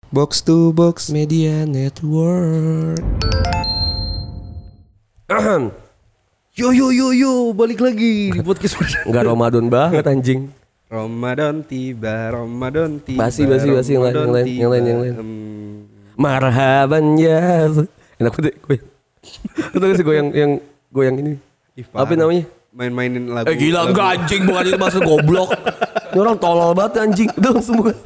Box to Box Media Network. Yo, balik lagi di podcast. Enggak Ramadan banget anjing. Ramadan tiba. Basi yang lain. Marhaban ya. Enak banget gue. Itu kan sih goyang ini. Apa namanya? Main-mainin lagu. Gila enggak anjing, bukan itu maksud goblok. Ini orang tolol banget anjing. Udah langsung bukan.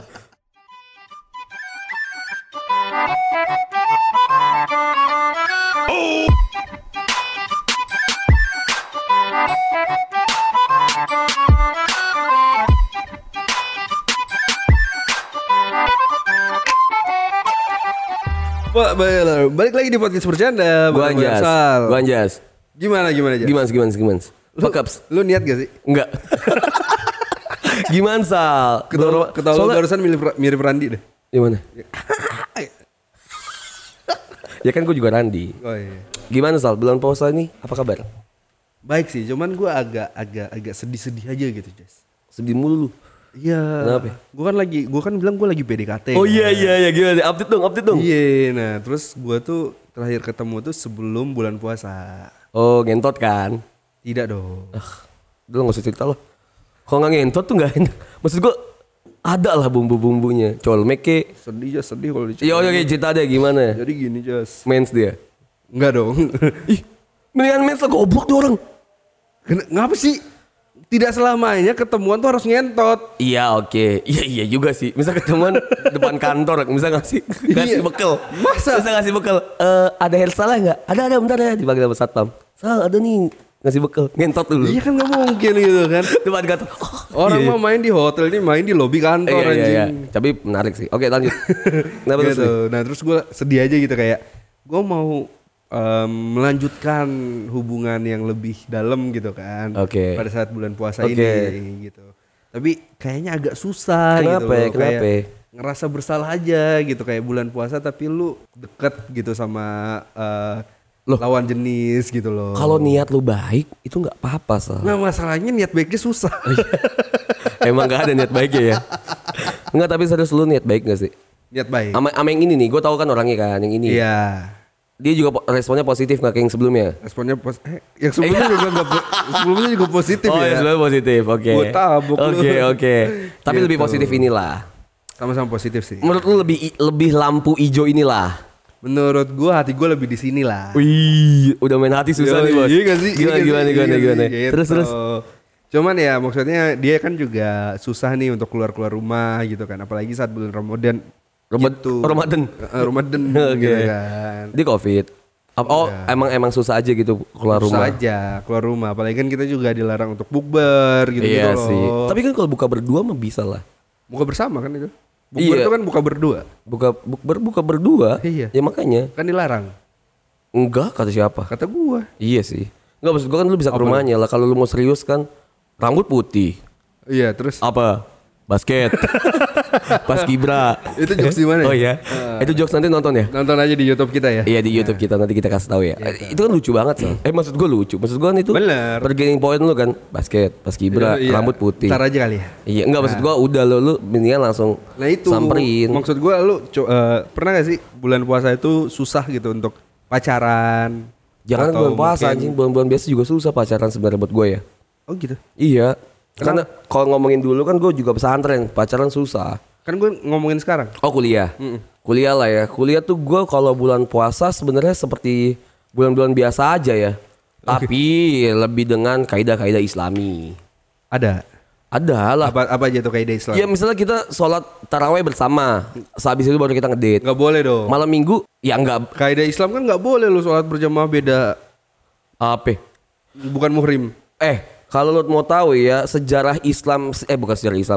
Balik lagi di podcast bercanda. Gua Anjas. Gimana aja? Gimana? Lu niat gak sih? Enggak. Gimana Sal? Ketawa lu barusan mirip Randi deh. Gimana? Ya kan gue juga Randi. Oh iya. Gimana Sal? Bulan puasa ini apa kabar? Baik sih, cuman gue agak sedih-sedih aja gitu, Jess. Sedih mulu lu. Iya. Kenapa? Gue kan bilang gue lagi PDKT. Oh kan? iya gimana? Update dong. Iya, nah terus gue tuh terakhir ketemu tuh sebelum bulan puasa. Oh ngentot kan? Tidak dong. Udah gak usah cerita loh. Kalau gak ngentot tuh gak enak. Maksud gue ada lah bumbu-bumbunya. Colmek ke. Sedih kalau diceritain. Iya oke cerita deh gimana. Jadi gini Jas. Mens dia. Enggak dong. Ih mendingan mens lah, goblok tuh orang. Ngapa sih? Tidak selamanya ketemuan tuh harus ngentot. Iya oke. Iya juga sih. Misal ketemuan depan kantor. Misal ngasih bekal. Masa? Misal ngasih bekal. Ada hair salah gak? Ada bentar ya. Dipanggil sama satpam. Sal ada nih. Ngasih bekal. Ngentot dulu. Iya kan gak mungkin gitu kan. Depan kantor. Orang mau main di hotel ini main di lobi kantor anjing. Iya. Tapi menarik sih. Oke lanjut. Kenapa terus nih? Gitu. Nah terus gue sedih aja gitu kayak. Gue mau melanjutkan hubungan yang lebih dalam gitu kan. Oke. Pada saat bulan puasa ini gitu. Tapi kayaknya agak susah gitu loh. Kenapa? Kayak ngerasa bersalah aja gitu. Kayak bulan puasa tapi lu deket gitu sama lawan jenis gitu loh. Kalau niat lu baik itu nggak apa-apa Sal. Nah masalahnya niat baiknya susah. Emang gak ada niat baiknya ya. Enggak tapi serius lu niat baik gak sih? Niat baik. Ama yang ini nih, gue tahu kan orangnya kan yang ini. Iya. Dia juga responnya positif gak kayak yang sebelumnya? Responnya yang sebelumnya juga enggak sebelumnya juga positif ya. Oh ya sebelumnya positif, oke. Gua tabuk lu. Oke. Tapi Gitu. lebih positif inilah. Sama-sama positif sih. Menurut lu lebih lampu hijau inilah. Menurut gua hati gua lebih di sini lah. Wih, udah main hati susah nih bos. Iya gak sih? Gimana? Gitu. Terus. Cuman ya maksudnya dia kan juga susah nih untuk keluar rumah gitu kan. Apalagi saat bulan Ramadan. Ramadan. Gitu kan. Dia COVID. Oh Ya. emang susah aja gitu keluar rumah. Susah aja keluar rumah. Apalagi kan kita juga dilarang untuk bukber gitu Iya loh. sih. Tapi kan kalau buka berdua mah bisa lah. Buka bersama kan itu. Bukber Iya. itu kan buka berdua. Buka berdua. Iya. Ya makanya. Kan dilarang. Enggak kata siapa? Kata gua. Iya sih. Enggak maksud gua kan lu bisa ke rumahnya lah. Kalau lu mau serius kan rambut putih. Iya terus. Apa? Basket. Pas Kibra. Itu jokes di mana? Oh iya. Itu jokes nanti nonton ya? Nonton aja di YouTube kita ya. Iya di YouTube kita nanti kita kasih tahu ya. Itu kan lucu banget sih. Maksud gua lucu. Maksud gua kan itu Bener. bargaining point lu kan basket, pas Kibra, Iya. rambut putih. Ntar aja kali ya. Iya, enggak maksud gua udah lu mendingan langsung Nah itu samperin. maksud gua lu pernah gak sih bulan puasa itu susah gitu untuk pacaran? Jangan Atau bulan puasa mungkin- anjing, bulan-bulan biasa juga susah pacaran sebenarnya buat gue ya. Oh gitu. Iya. Karena kalau ngomongin dulu kan gue juga pesantren, pacaran susah. Kan gue ngomongin sekarang. Oh kuliah. Kuliah lah ya. Kuliah tuh gue kalau bulan puasa sebenarnya seperti bulan-bulan biasa aja ya. Tapi lebih dengan kaidah-kaidah Islami. Ada. Ada lah. Apa aja tuh kaidah Islam? Ya misalnya kita sholat taraweh bersama. Sehabis itu baru kita ngedate. Nggak boleh dong. Malam minggu ya enggak Kaidah Islam kan nggak boleh lu sholat berjamaah beda. apa. Bukan muhrim. Kalau lo mau tahu ya sejarah Islam, bukan sejarah Islam,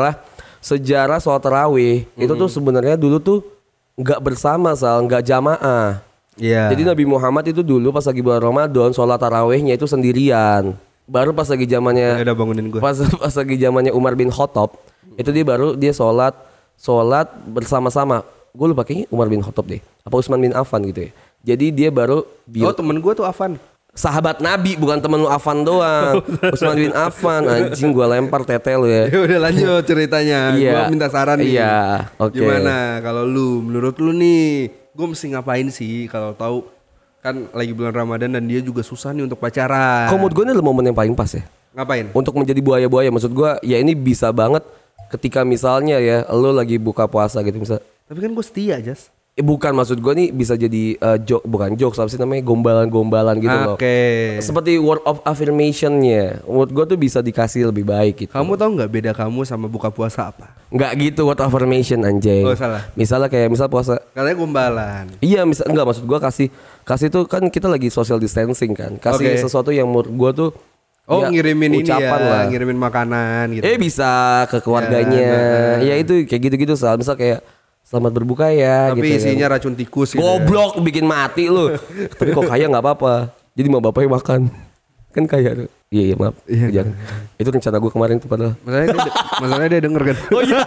sejarah sholat tarawih itu tuh sebenarnya dulu tuh nggak bersama nggak jamaah. Iya. Jadi Nabi Muhammad itu dulu pas lagi bulan Ramadan sholat tarawihnya itu sendirian. Baru pas lagi zamannya Udah bangunin gue. pas lagi zamannya Umar bin Khattab itu dia sholat bersama-sama. Gue lupa kayaknya Umar bin Khattab deh, apa Utsman bin Affan gitu ya. Jadi dia baru Oh temen gue tuh Afan. sahabat Nabi, bukan temen lu Affan doang. Utsman bin Affan, anjing gua lempar tete lu ya. Ya udah lanjut ceritanya. Iya. Gua minta saran nih. Iya, oke. Gimana kalau menurut lu nih, gue mesti ngapain sih kalau tahu kan lagi bulan Ramadan dan dia juga susah nih untuk pacaran. Kalau menurut gue ini adalah momen yang paling pas ya. Ngapain? Untuk menjadi buaya-buaya, maksud gue ya ini bisa banget ketika misalnya ya lo lagi buka puasa gitu misal. Tapi kan gue setia, Jas. Bukan, maksud gue nih bisa jadi bukan jokes, apa sih namanya, gombalan-gombalan gitu loh. Oke. Seperti word of affirmation-nya. Menurut gue tuh bisa dikasih lebih baik gitu. Kamu tahu nggak beda kamu sama buka puasa apa? Nggak gitu word of affirmation anjay. Oh, salah. Misalnya kayak misal puasa. Katanya gombalan. Iya, enggak, maksud gua kasih tuh kan kita lagi social distancing kan. Kasih Oke. sesuatu yang menurut gua tuh Oh, ya, ngirimin ini ya, ucapan lah. ngirimin makanan gitu. Bisa ke keluarganya. Ya itu kayak gitu-gitu soal misal kayak selamat berbuka ya. Tapi gitu isinya kan. racun tikus gitu. Goblok, bikin mati lu. Tapi kok kaya nggak apa-apa. Jadi mau bapaknya makan. Kan kaya tuh. Iya maaf. Iya. Jangan. Itu rencana gue kemarin tuh padahal. Masalahnya dia denger kan. Oh iya.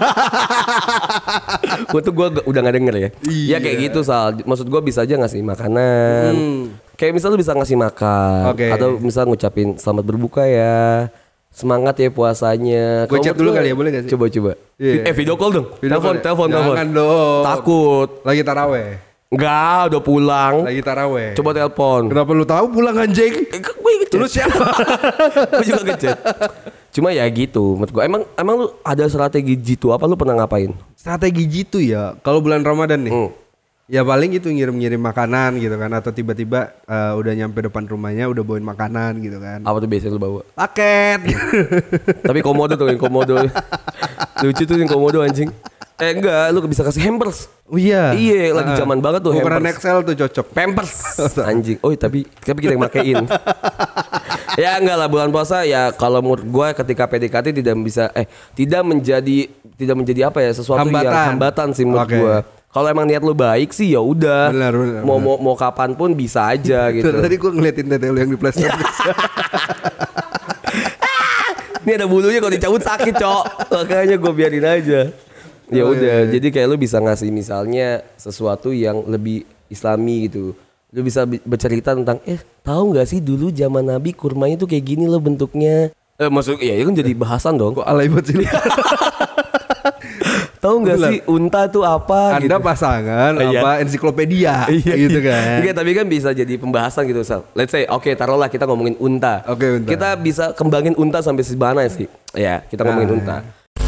Gue udah gak denger ya. Iya. Ya kayak gitu Sal. Maksud gue bisa aja ngasih makanan. Kayak misal lu bisa ngasih makan. Oke. Atau misal ngucapin selamat berbuka ya. Semangat ya puasanya. Gue Kalau chat menurut dulu gua- kali ya, boleh gak sih? Coba. Iya. Video call dong. Video call Telepon. ya? Jangan dong. Takut. Lagi taraweh. Enggak, udah pulang. Lagi taraweh. Coba telepon. Kenapa lu tahu pulang anjing? Gue ngechat. Lu siapa? Gue juga ngechat. Cuma ya gitu menurut gue. Emang lu ada strategi jitu apa, lu pernah ngapain? Strategi gitu ya. Kalau bulan Ramadan nih. Hmm. Ya paling gitu ngirim-ngirim makanan gitu kan, atau tiba-tiba udah nyampe depan rumahnya udah bawain makanan gitu kan. Apa tuh biasanya lu bawa? Paket. Tapi komodo tuh, yang komodo. Lucu tuh yang komodo anjing. Enggak, lu bisa kasih hampers. Oh iya. Iya, lagi zaman banget tuh Ukuran hampers. Excel tuh cocok. Pampers anjing. Oh, tapi kita yang makein. Ya enggak lah, bulan puasa ya kalau menurut gue ketika PDKT tidak menjadi apa ya, sesuatu yang hambatan sih menurut Oke. gue. Kalau emang niat lu baik sih ya udah. Benar. Mau kapan pun bisa aja gitu. Tadi gue ngeliatin tete lu yang di plastik. Ini ada bulunya, kalau dicabut sakit, Cok. Makanya gue biarin aja. Ya Oh, udah, iya. jadi kayak lu bisa ngasih misalnya sesuatu yang lebih islami gitu. Lu bisa bercerita tentang tahu nggak sih dulu zaman Nabi kurmanya tuh kayak gini loh bentuknya. Maksud ya kan jadi bahasan dong. Kok alay banget sih lu? Tahu nggak Bener. sih unta tuh apa? Anda gitu. pasangan Iya. apa ensiklopedia gitu kan. Iya, tapi kan bisa jadi pembahasan gitu, Sal. Let's say, oke, taruhlah kita ngomongin unta. Oke, unta. Kita bisa kembangin unta sampai semana sih? Ya, kita ngomongin unta.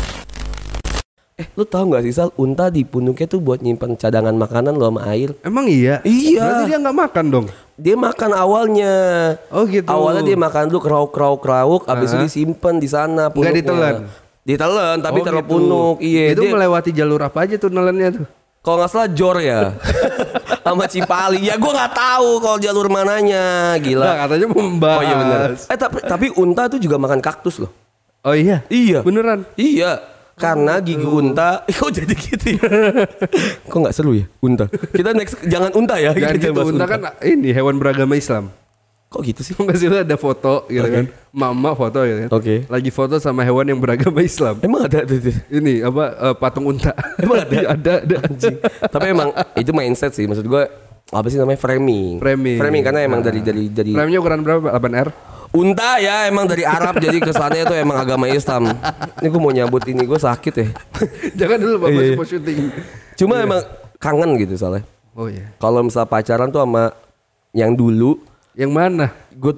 Lu tahu nggak sih, Sal? Unta di punuknya tuh buat nyimpan cadangan makanan lo sama air. Emang iya? Iya. Berarti dia nggak makan dong? Dia makan awalnya. Oh gitu. Awalnya dia makan dulu krauk, abis itu disimpan di sana punuknya. Nggak ditelan? Ditelan, tapi Oh, taruh gitu. punuk. Iya. Itu dia- melewati jalur apa aja tuh nelennya tuh? Kalau nggak salah Jor ya, sama Cipali. Ya gue nggak tahu kalau jalur mananya, gila. Nah, katanya mau membahas. Oh iya benar. Tapi unta tuh juga makan kaktus loh. Oh iya? Iya. Beneran? Iya. Karena gigi unta, kok jadi gitu ya? Kok nggak seru ya unta? Kita next jangan unta ya. Jangan Kita gitu, bahas unta kan ini hewan beragama Islam. Kok gitu sih? Nggak sih lu ada foto gitu kan, mama foto gitu kan. Oke. Lagi foto sama hewan yang beragama Islam. Emang ada tuh. Ini apa patung unta. Emang ada? Iya, ada. Anjing. Tapi emang itu mindset sih, maksud gue apa sih namanya framing. Framing. Karena emang dari Remnya ukuran berapa? 8R? unta ya, emang dari Arab jadi kesannya itu emang agama Islam. Ini gue mau nyambut ini, gue sakit ya. Jangan dulu Bapak Iya. mau syuting. Cuma emang kangen gitu soalnya. Oh iya. Kalau misal pacaran tuh sama yang dulu, Yang mana? gue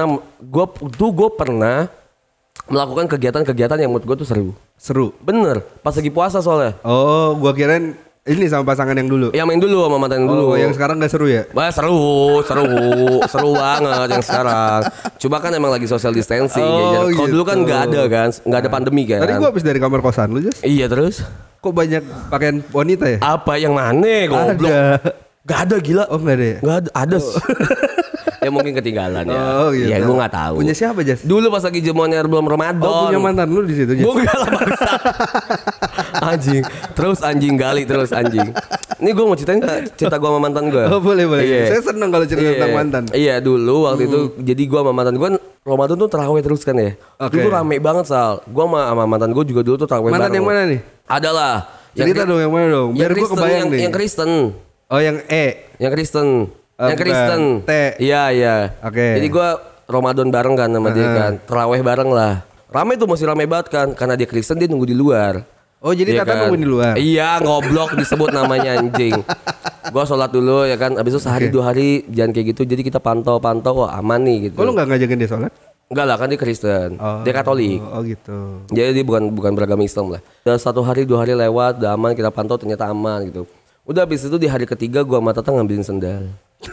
pernah melakukan kegiatan-kegiatan yang menurut gue tuh seru. Seru. Bener, pas lagi puasa soalnya. Oh, gua kirain ini sama pasangan yang dulu. Yang main dulu sama mantan yang dulu. Oh, yang sekarang gak seru ya? Wah seru banget yang sekarang. Coba kan emang lagi social distancing. Oh, Kalau dulu kan gitu. nggak ada pandemi kan. Tadi gua habis dari kamar kosan lu, Jas. Iya terus. Kok banyak pakaian wanita ya? Apa yang mana goblok? Ada. Gak ada gila. Oh, enggak ada ya? Gak ada. Ya mungkin ketinggalan ya. Oh, gitu. Ya gue nggak tahu. Punya siapa, Jas? Dulu pas lagi zamannya belum Ramadan. Oh, punya mantan lu di situ, Jas. Gue enggak lah bangsa. Anjing. Terus anjing gali terus anjing. Ini gue mau ceritain gak cerita gue sama mantan gue? Oh, boleh. Iya. Saya senang kalau cerita tentang mantan. Iya dulu waktu itu. Jadi gue sama mantan gue Ramadan tuh terawih terus kan ya. Oke. Dulu rame banget Sal. Gue sama mantan gue juga dulu tuh terawih Mantan bareng. yang mana nih? Adalah. Cerita dong yang mana dong? Biar gua kebayang nih. Yang Kristen. Oh, yang E. Yang Kristen. Yang Kristen. Iya. Oke. Jadi gue Ramadan bareng kan sama dia kan. Terawih bareng lah. Rame tuh, masih rame banget kan. Karena dia Kristen, dia nunggu di luar. Oh jadi Tata nunggu di luar? Iya, ngoblok disebut namanya anjing. Gue sholat dulu ya kan. Abis itu sehari 2 hari jangan kayak gitu. Jadi kita pantau, wah aman nih gitu. Oh lu gak ngajakin dia sholat? Enggak lah, kan dia Kristen. Dia Katolik. Oh gitu. Jadi dia bukan beragama Islam lah. Udah 1 hari 2 hari lewat, udah aman, kita pantau ternyata aman gitu. Udah habis itu di hari ketiga gua sama Tata ngambilin sendal.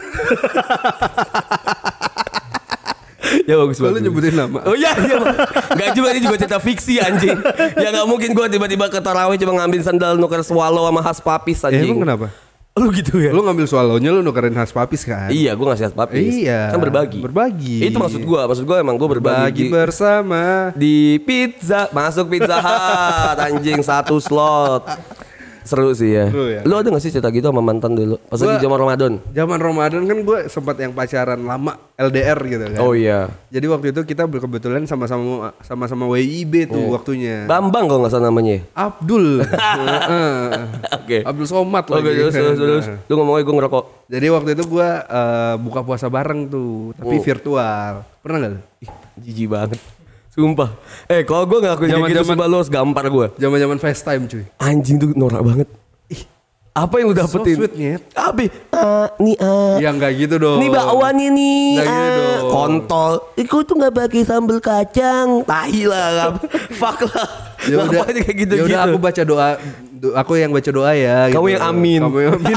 Ya bagus banget. Lu nyebutin nama. Oh iya. Enggak juga, ini juga cerita fiksi anjing. Ya enggak mungkin gua tiba-tiba ke tarawih cuma ngambil sandal nuker swallow sama khas papis anjing. Emang kenapa? Lu gitu ya? Lu ngambil swallownya lu nukerin khas papis kan? Iya, gua ngasih khas papis. Iya. Kan berbagi. Itu maksud gua emang gua berbagi bersama di pizza, masuk Pizza Hut anjing 1 slot. Seru sih ya. Seru ya. Lu ada gak sih cerita gitu sama mantan dulu? Pas lagi zaman Ramadan. Zaman Ramadan kan gue sempat yang pacaran lama LDR gitu kan. Oh iya. Jadi waktu itu kita kebetulan sama-sama WIB tuh waktunya. Bambang kalau nggak salah namanya. Abdul. Oke. Abdul Somad Oke, lagi. terus. Lu ngomongnya gue ngerokok. Jadi waktu itu gue buka puasa bareng tuh, tapi virtual. Pernah nggak lu? Ih, jijik banget. Sumpah. Kalau gue ngelakuin kayak gitu sumpah lu harus gampar gue. Zaman-zaman FaceTime cuy. Anjing tuh norak banget. Ih, apa yang lu dapetin? So sweet nyet. Abi, Ya nggak gitu dong. Nih bakwan ini. Nggak gitu dong. Kontol. Aku tuh nggak pakai sambal kacang. Tahi lah. Fuck lah. Ya udah. Kayak gitu. Ya udah aku baca doa. Aku yang baca doa ya. Kamu gitu. yang amin. Kamu yang amin.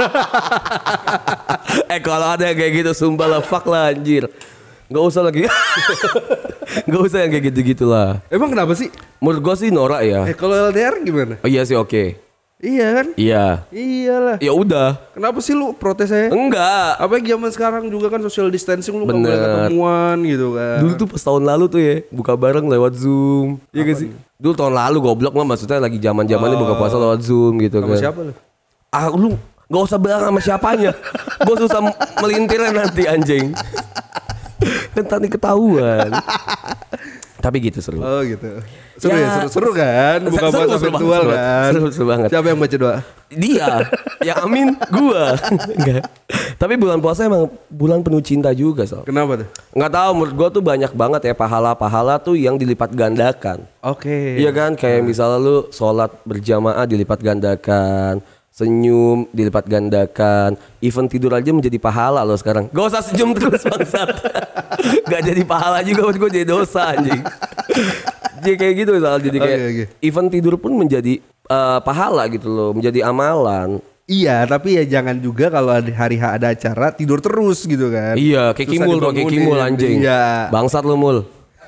Kalau ada yang kayak gitu sumpah lah, fuck lah anjir. Gak usah lagi. Gak usah yang kayak gitu-gitu lah. Emang kenapa sih? Menurut gue sih norak ya. Kalau LDR gimana? Oh iya sih oke. Iya kan? Iya. Iyalah. Ya udah. Kenapa sih lu protes saya? Enggak. Apa yang zaman sekarang juga kan social distancing lu nggak boleh Bener. ketemuan gitu kan? Dulu tuh pas tahun lalu tuh ya buka bareng lewat Zoom. Iya gak sih? Dulu tahun lalu goblok mah, maksudnya lagi zaman-zamannya buka puasa lewat Zoom gitu Sama kan. siapa lu? Lu gak usah bilang sama siapanya. Gue susah melintirnya nanti anjing. Kan tadi ketahuan. Tapi gitu seru. Oh gitu. Seru Ya, ya, seru kan? Buka seru, puasa seru virtual banget, kan? seru banget. Siapa yang baca doa? Dia, yang amin gua. Enggak. Tapi bulan puasa emang bulan penuh cinta juga, Sob. Kenapa tuh? Nggak tahu, menurut gua tuh banyak banget ya pahala-pahala tuh yang dilipat gandakan. Oke. Iya kan, kayak misalnya lu sholat berjamaah dilipat gandakan, senyum dilipat gandakan, even tidur aja menjadi pahala lo sekarang. Gak usah senyum terus bangsat. Gak jadi pahala juga buat gue, jadi dosa anjing. Jadi kayak gitu misalnya, jadi kayak even tidur pun menjadi pahala gitu loh, menjadi amalan. Iya, tapi ya jangan juga kalau hari H ada acara tidur terus gitu kan. Iya, kayak Susah Kimul dong, kayak dibangunin. Kimul anjing. Iya. Bangsat lu Mul.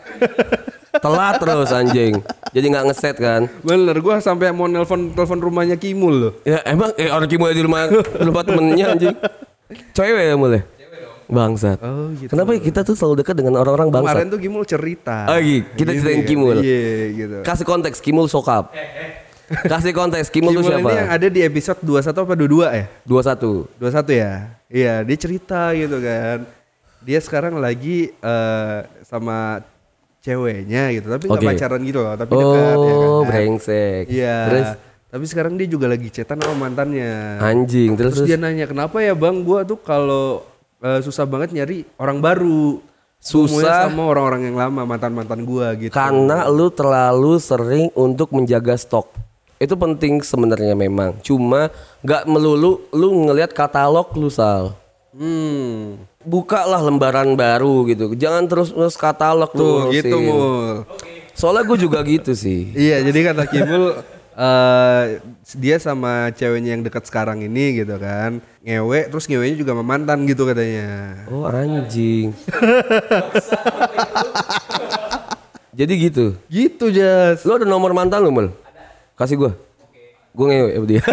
Telat terus anjing. Jadi nggak ngeset kan. Bener, gua sampai mau telepon rumahnya Kimul loh. Ya emang orang Kimul di rumah temennya anjing. Cewek ya Mul ya? Bangsat. Oh gitu. Kenapa kita tuh selalu dekat dengan orang-orang bangsat? Kemarin tuh Kimul cerita. Oh iya, kita ceritain Kimul. Iya gitu. Kasih konteks Kimul sokap. Kasih konteks Kimul tuh siapa? Ini yang ada di episode 21 apa 22 ya? 21. 21 ya? Iya, dia cerita gitu kan. Dia sekarang lagi sama ceweknya gitu, tapi nggak pacaran gitu loh, tapi dekat ya kan. Brengsek. Iya. Terus? Tapi sekarang dia juga lagi chatan sama mantannya. Anjing, terus Dia nanya, kenapa ya bang, gua tuh kalau susah banget nyari orang baru. Susah sama orang-orang yang lama, mantan-mantan gua gitu. karena lu terlalu sering untuk menjaga stok. Itu penting sebenarnya memang. Cuma nggak melulu lu ngelihat katalog lu, Sal. Bukalah lembaran baru gitu. Jangan terus katalog Tuh gitu ngurusin. Mul. Soalnya gue juga gitu sih. Iya, jadi kata Kimul dia sama ceweknya yang dekat sekarang ini gitu kan, ngewe, terus ngewenya juga sama mantan gitu katanya. Oh anjing. Jadi gitu. Gitu Jas. Lu ada nomor mantan lu Mul? Kasih gue. Gue ngewe sama dia.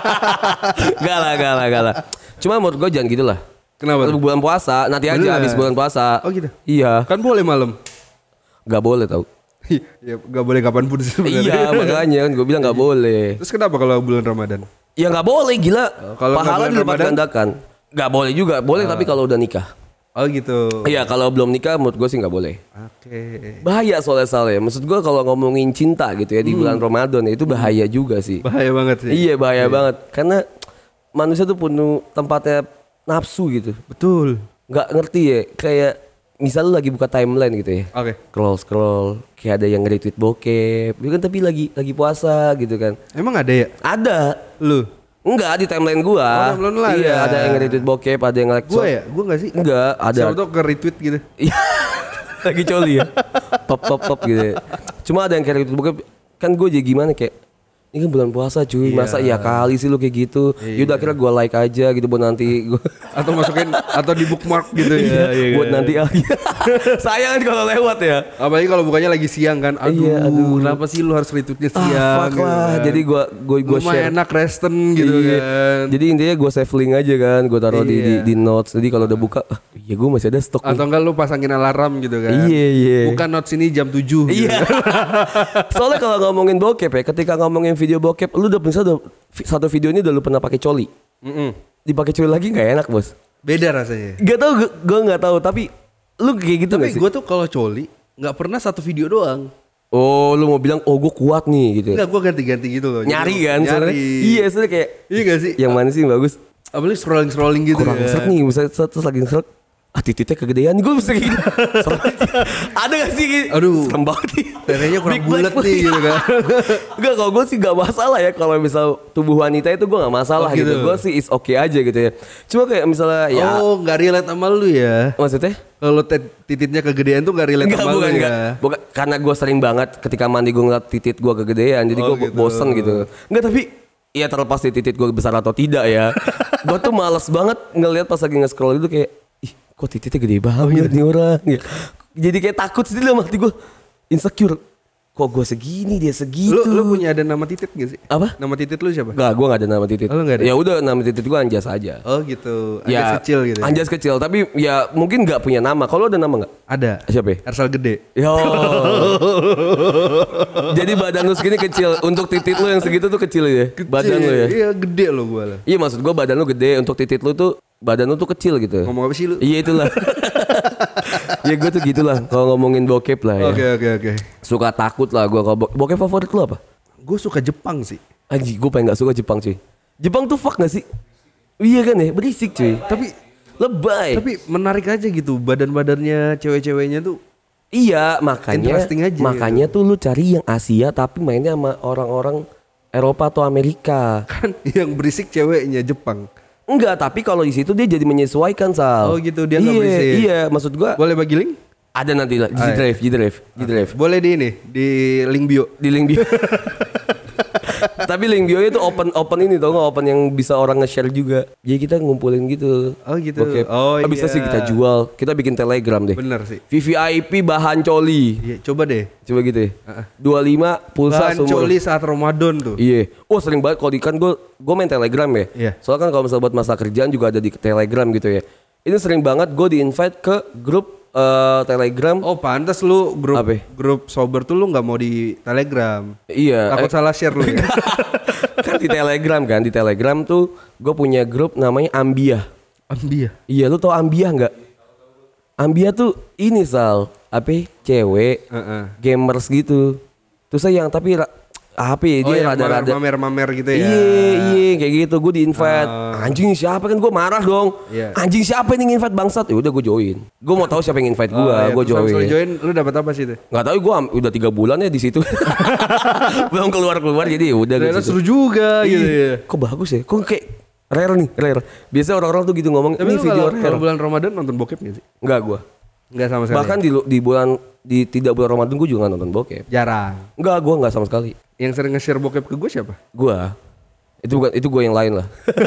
Gak lah. Cuma menurut gue jangan gitu lah. Kenapa? Kalau bulan puasa, nanti aja Bener. habis bulan puasa. Oh gitu? Iya. Kan boleh malam. Gak boleh tau. Ya gak boleh kapanpun sebenarnya. Iya makanya kan gue bilang gak boleh. Terus kenapa kalau bulan Ramadan? Ya gak boleh gila. Kalau nggak Pahala bulan dilipat Ramadan? gandakan. Gak boleh juga. Boleh tapi kalau udah nikah. Oh gitu. Iya kalau belum nikah menurut gue sih gak boleh. Oke. Bahaya soalnya Sal ya. Maksud gue kalau ngomongin cinta gitu ya di bulan Ramadan ya, itu bahaya juga sih. Bahaya banget sih. Iya bahaya banget. Karena manusia tuh penuh tempatnya nafsu gitu. Betul. Nggak ngerti ya, kayak misal lu lagi buka timeline gitu ya. Oke. Scroll, kayak ada yang nge-retweet bokep. Dia kan tapi lagi puasa gitu kan. Emang ada ya? Ada. Lu? Enggak, di timeline gua. Timeline lah. Iya, ada yang nge-retweet bokep, ada yang nge-like. Gua ya? Gua enggak sih? Enggak, ada. Siapa tau ke-retweet gitu. Iya. Lagi coli ya. Pop gitu ya. Cuma ada yang kayak retweet bokep. Kan gue jadi gimana kayak ini kan bulan puasa cuy, masa ya kali sih lu kayak gitu. Yaudah akhirnya gue like aja gitu buat nanti gua. Atau masukin atau di bookmark gitu ya. Buat nanti sayang kalau lewat ya. Apalagi kalau bukannya lagi siang kan. Aduh, kenapa sih lu harus retweetnya siang fuck lah. kan. Jadi gue share enak resten gitu kan. Jadi intinya gue save link aja kan, gue taruh di notes. Jadi kalau udah buka, ya gue masih ada stok. Atau enggak lu pasangin alarm gitu kan. Iya. Bukan notes ini jam 7 gitu. Iya. Soalnya kalau ngomongin bokep ya, ketika ngomongin video bokep, lu udah misalnya satu video ini udah lu pernah pakai coli. Dipakai coli lagi nggak enak bos. Beda rasanya. Gak tau, gue nggak tahu. Tapi lu kayak gitu nggak sih? Tapi gue tuh kalau coli nggak pernah satu video doang. Oh, lu mau bilang, oh gue kuat nih gitu. Enggak, gue ganti-ganti gitu loh. Nyari kan sebenarnya. Iya, sebenarnya kayak. Iya gak sih? Yang mana sih yang bagus? Apalagi scrolling gitu. Kurang ya. seret nih, misalnya terus lagi seret. Titiknya kegedean, gue bisa gitu. Ada gak sih? Aduh, serem banget nih. Tetenya kurang bulat nih gitu kan. Enggak, kalau gue sih gak masalah ya. Kalau misal tubuh wanita itu gue gak masalah gitu. Gue sih is okay aja gitu ya. Cuma kayak misalnya ya. Oh, gak relate sama lu ya? Maksudnya? Kalau titiknya kegedean tuh gak relate sama lu ya? Bukan, karena gue sering banget ketika mandi gue ngeliat titik gue kegedean. Jadi gue gitu. Bosen gitu. Enggak, tapi ya terlepas di titik gue besar atau tidak ya. Gue tuh males banget ngeliat pas lagi nge-scroll itu kayak, kok titiknya gede banget nih orang ya. Jadi kayak takut sendiri sama hati gue. Insecure. Kok gue segini dia segitu. Lu punya ada nama titit gak sih? Apa? Nama titit lu siapa? Enggak, gue gak ada nama titit. Oh, gak ada? Ya udah, nama titit gue Anjas aja. Oh gitu. Anjas ya, kecil gitu. Anjas kecil, tapi ya mungkin gak punya nama. Kalau ada nama gak? Ada. Siapa ya? Ersal gede. Yo. Jadi badan lu segini kecil. Untuk titit lu yang segitu tuh kecil ya? Kecil, badan lu ya? Iya gede lo gue lah. Iya maksud gue badan lu gede. Untuk titit lu tuh badan lu tuh kecil gitu. Ngomong apa sih lu? Iya itulah. Ya gue tuh gitulah kalau ngomongin bokep lah ya. Oke. Suka takut lah gue. Kalau bokep favorit lu apa? Gue suka Jepang sih. Anjing, gue pengen gak suka Jepang cuy. Jepang tuh fuck gak sih? Iya kan ya, berisik cuy. Tapi lebay. Tapi menarik aja gitu badan-badannya cewek-ceweknya tuh. Iya, makanya aja, tuh lu cari yang Asia tapi mainnya sama orang-orang Eropa atau Amerika. Kan yang berisik ceweknya Jepang. Enggak, tapi kalau di situ dia jadi menyesuaikan Sal. Oh gitu, dia nggak berisik. Iya, maksud gua. Boleh bagi link? Ada nanti lah, G-Drive. Boleh di ini, di link bio. Di link bio. Tapi link bio itu open ini tau gak, open yang bisa orang nge-share juga. Jadi kita ngumpulin gitu. Oh gitu. Bokep. Oh iya. Bisa sih kita jual. Kita bikin Telegram deh. Bener sih. VVIP bahan coli. Iya, coba deh. Coba gitu ya. 25 pulsa bahan coli saat Ramadan tuh. Iya. Oh sering banget kalau kan gue main Telegram ya. Iya. Soalnya kan kalau misalnya buat masa kerjaan juga ada di Telegram gitu ya. Ini sering banget gue di-invite ke grup Telegram. Oh pantas lu grup sober tuh lu nggak mau di Telegram. Iya. Takut salah share lu ya. Kan di Telegram kan, di Telegram tuh gue punya grup namanya Ambia. Ambia. Iya, lu tau Ambia nggak? Ambia tuh ini Sal, apa? Cewek, gamers gitu. Terus yang tapi dia rada-rada mamer-mamer gitu ya. Iya kayak gitu. Gue di-invite. Anjing siapa kan gue marah dong. Anjing siapa yang invite bangsat? Ya udah gue join. Gue mau tahu siapa yang invite gue join. Kalau join lu dapat apa sih itu? Enggak tahu, gue udah 3 bulan ya di situ. Belum keluar jadi udah gitu. Seru juga gitu ya. Kok bagus ya? Kok kayak rare. Biasa orang-orang tuh gitu ngomong. Tapi ini video rare. Kalau bulan Ramadan nonton bokep gak sih? Enggak gue. Enggak sama sekali. Bahkan tidak bulan Ramadan gue juga gak nonton bokep. Jarang. Enggak, gue gak sama sekali. Yang sering nge-share bokep ke gue siapa? Gua. Itu gue yang lain lah.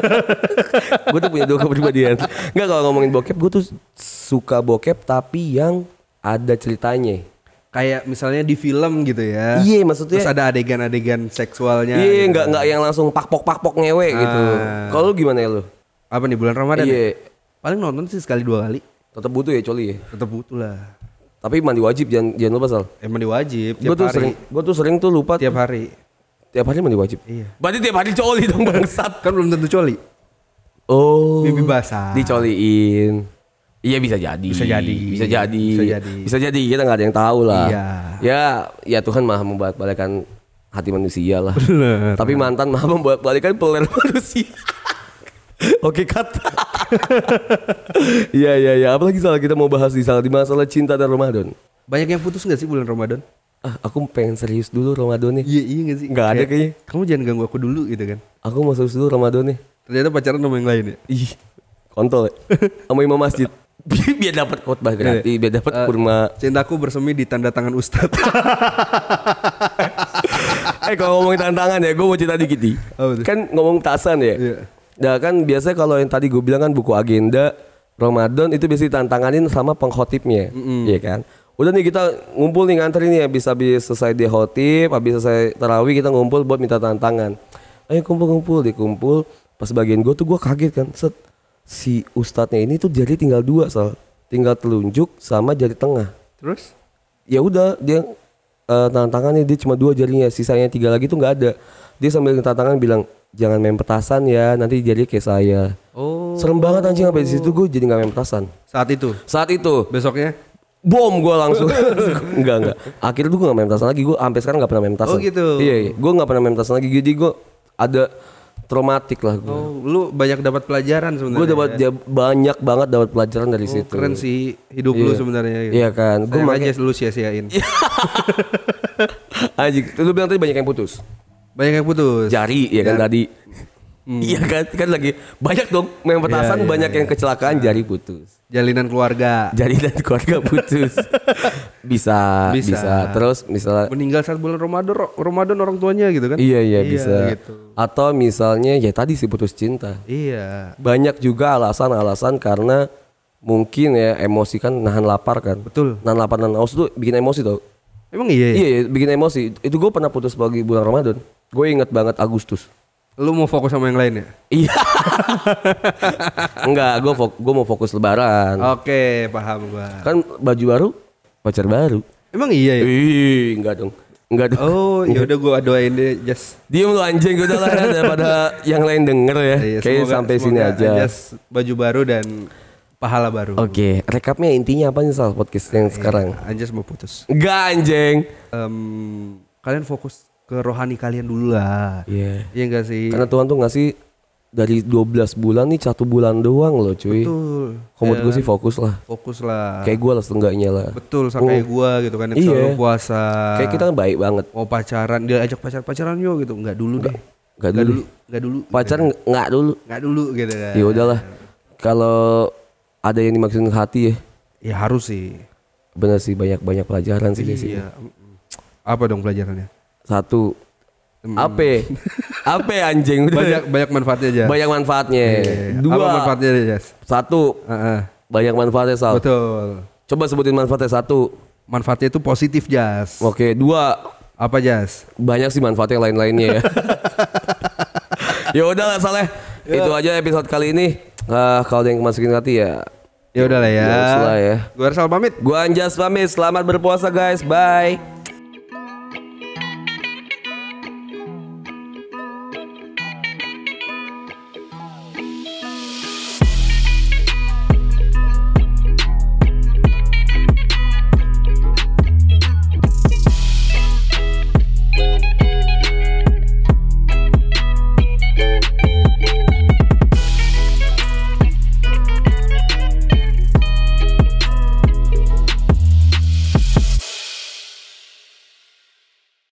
Gue tuh punya 2 kepribadian. Enggak, kalau ngomongin bokep gue tuh suka bokep tapi yang ada ceritanya. Kayak misalnya di film gitu ya. Iya, maksudnya. Terus ada adegan-adegan seksualnya. Iya, gitu. enggak yang langsung pakpok ngewe gitu. Kalau lu gimana ya lu? Apa nih bulan Ramadan? Iya. Paling nonton sih sekali 2 kali. Tetap butuh ya coli ya? Tetap butuh lah. Tapi mandi wajib, jangan lupa Sal. Mandi wajib tiap hari. Gue tuh sering tuh lupa. Tiap hari. Tiap hari mandi wajib? Iya. Berarti tiap hari coli dong bangsat. Kan belum tentu coli. Oh. Bibi basah. Dicoliin. Iya bisa jadi. Bisa jadi. Kita nggak ada yang tahu lah. Iya. Ya Tuhan maha membolak-balikan hati manusia lah. Bener. Tapi mantan maha membolak-balikan peler manusia. Oke, cut. Iya. Apalagi salah kita mau bahas di masalah cinta dan Ramadan. Banyak yang putus gak sih bulan Ramadan? Aku pengen serius dulu Ramadan nih. Iya gak sih? Gak ada kayaknya. Kamu jangan ganggu aku dulu gitu kan. Aku mau serius dulu Ramadan nih. Ternyata pacaran sama yang lain ya? Ih, kontol ya. Sama imam masjid. Biar dapat khotbah gratis, biar dapat kurma. Cintaku bersemi di tanda tangan Ustadz. Kalau ngomongin tantangan ya, gue mau cerita dikit nih. Kan ngomong tasan ya. Iya. Nah kan biasanya kalau yang tadi gue bilang kan buku agenda Ramadan itu biasanya ditantanganin sama penghotibnya, iya kan. Udah nih kita ngumpul nih ngantri nih habis selesai di khotib, habis selesai tarawih kita ngumpul buat minta tantangan. Ayo kumpul. Pas bagian gue tuh gue kaget kan, si ustadznya ini tuh jari tinggal 2 tinggal telunjuk sama jari tengah. Terus? Ya udah dia tantangannya dia cuma 2 jarinya, sisanya 3 lagi tuh nggak ada. Dia sambil tantangan bilang jangan main petasan ya, nanti jadi kayak saya. Oh. Serem banget anjing, sampai di situ gue jadi nggak main petasan. Saat itu. Besoknya? Bom gue langsung. Enggak. Akhirnya gue nggak main petasan lagi. Gue sampai sekarang nggak pernah main petasan. Oh gitu. Iya. Gue nggak pernah main petasan lagi. Jadi gue ada traumatik lah gue. Oh, lu banyak dapat pelajaran sebenarnya. Gue dapat banyak banget dapat pelajaran dari situ. Keren sih hidup lu sebenarnya. Gitu. Iya kan. Gue aja lu sia-siain. Anjing, lu bilang tadi banyak yang putus. Banyak yang putus. Jari ya kan tadi. Iya kan lagi banyak dong main petasan, banyak yang kecelakaan jari putus. Jalinan keluarga putus. bisa. Terus misalnya meninggal saat bulan Ramadan orang tuanya gitu kan. Iya bisa gitu. Atau misalnya ya tadi sih putus cinta. Iya. Banyak juga alasan karena mungkin ya emosi kan, nahan lapar kan. Betul. Nahan lapar, nahan haus tuh bikin emosi tau. Emang iya? Iya bikin emosi. Itu gue pernah putus bagi bulan Ramadan. Gue inget banget Agustus. Lu mau fokus sama yang lain ya? Iya. Enggak, gue mau fokus lebaran. Oke, paham gua. Kan baju baru, pacar baru. Emang iya ya? Enggak dong. Oh, ya udah gua doain deh, Jas. Diem lu anjing, gue udah lah daripada yang lain denger ya. Iya, kayaknya sampai sini aja. Jas baju baru dan pahala baru. Oke, rekapnya intinya apa nih Sal podcast yang sekarang? Anjas mau putus. Enggak anjing. Kalian fokus ke rohani kalian dulu lah. Iya. Iya enggak sih? Karena Tuhan tuh ngasih dari 12 bulan nih 1 bulan doang loh cuy. Betul. Menurut gue sih fokus lah. Kayak gue lah setengahnya lah. Betul, sama kayak gue gitu kan. Yang selalu puasa. Kayak kita kan baik banget. Mau pacaran, dia ajak pacaran yuk gitu. Enggak dulu deh. Enggak dulu. Pacaran enggak dulu. Enggak dulu gitu kan. Ya udahlah. Kalau ada yang dimaksudin hati ya. Ya harus sih. Bener sih, banyak pelajaran sih di sini. Iya. Apa dong pelajarannya? 1. Apa anjing? Banyak manfaatnya aja. Banyak manfaatnya. 2. Apa manfaatnya aja, Jas? 1. Banyak manfaatnya, Sal. Betul. Coba sebutin manfaatnya. 1. Manfaatnya itu positif, Jas. Oke, 2. Apa, Jas? Banyak sih manfaatnya lain-lainnya ya. Ya udahlah Saleh. Itu aja episode kali ini. Kalau ada yang masukin hati ya. Ya udahlah ya. Ya. Gua Arsal pamit. Gua Anjas pamit. Selamat berpuasa guys. Bye.